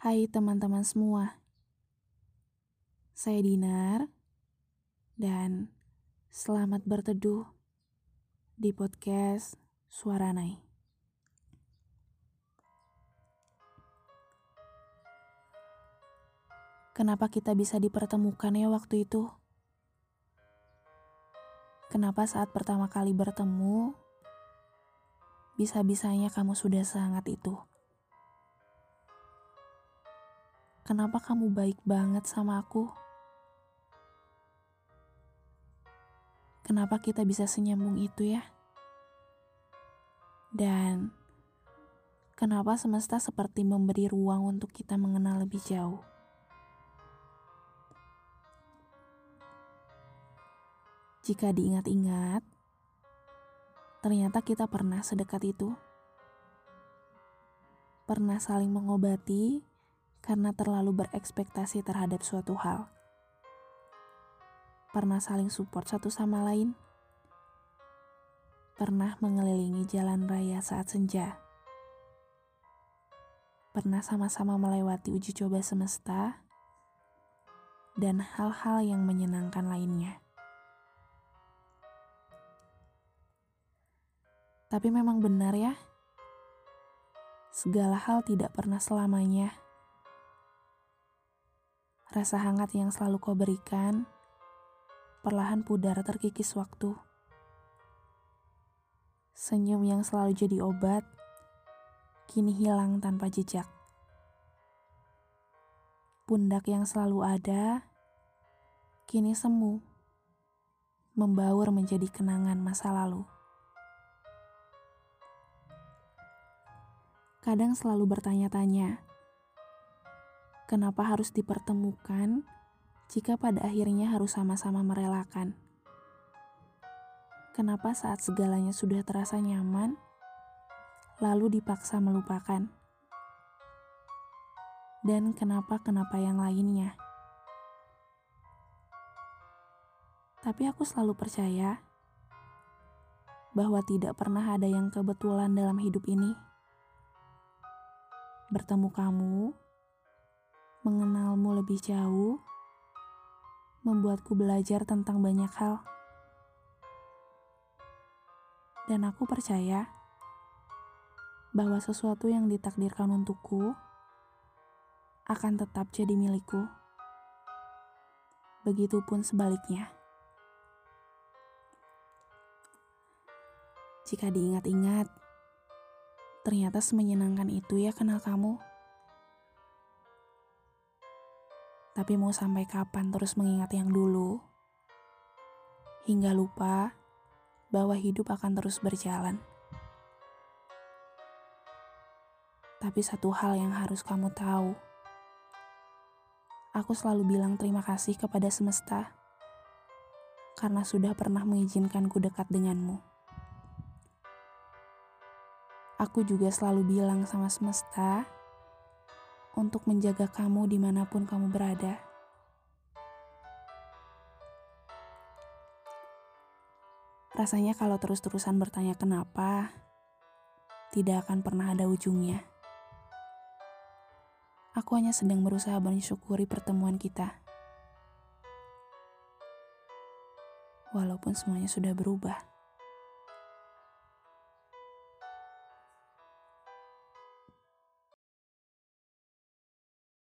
Hai teman-teman semua, saya Dinar dan selamat berteduh di podcast Suara Nai. Kenapa kita bisa dipertemukan ya waktu itu? Kenapa saat pertama kali bertemu, bisa-bisanya kamu sudah sehangat itu? Kenapa kamu baik banget sama aku? Kenapa kita bisa senyambung itu ya? Dan kenapa semesta seperti memberi ruang untuk kita mengenal lebih jauh? Jika diingat-ingat, ternyata kita pernah sedekat itu. Pernah saling mengobati karena terlalu berekspektasi terhadap suatu hal. Pernah saling support satu sama lain. Pernah mengelilingi jalan raya saat senja. Pernah sama-sama melewati uji coba semesta dan hal-hal yang menyenangkan lainnya. Tapi memang benar ya, segala hal tidak pernah selamanya. Rasa hangat yang selalu kau berikan perlahan pudar terkikis waktu. Senyum yang selalu jadi obat kini hilang tanpa jejak. Pundak yang selalu ada kini semu, membaur menjadi kenangan masa lalu. Kadang selalu bertanya-tanya, kenapa harus dipertemukan jika pada akhirnya harus sama-sama merelakan? Kenapa saat segalanya sudah terasa nyaman, lalu dipaksa melupakan? Dan kenapa yang lainnya? Tapi aku selalu percaya bahwa tidak pernah ada yang kebetulan dalam hidup ini. Bertemu kamu, mengenalmu lebih jauh, membuatku belajar tentang banyak hal. Dan aku percaya bahwa sesuatu yang ditakdirkan untukku akan tetap jadi milikku. Begitupun sebaliknya. Jika diingat-ingat, ternyata semenyenangkan itu ya kenal kamu. Tapi mau sampai kapan terus mengingat yang dulu? Hingga lupa bahwa hidup akan terus berjalan. Tapi satu hal yang harus kamu tahu. Aku selalu bilang terima kasih kepada semesta karena sudah pernah mengizinkanku dekat denganmu. Aku juga selalu bilang sama semesta untuk menjaga kamu dimanapun kamu berada. Rasanya kalau terus-terusan bertanya kenapa, tidak akan pernah ada ujungnya. Aku hanya sedang berusaha mensyukuri pertemuan kita. Walaupun semuanya sudah berubah.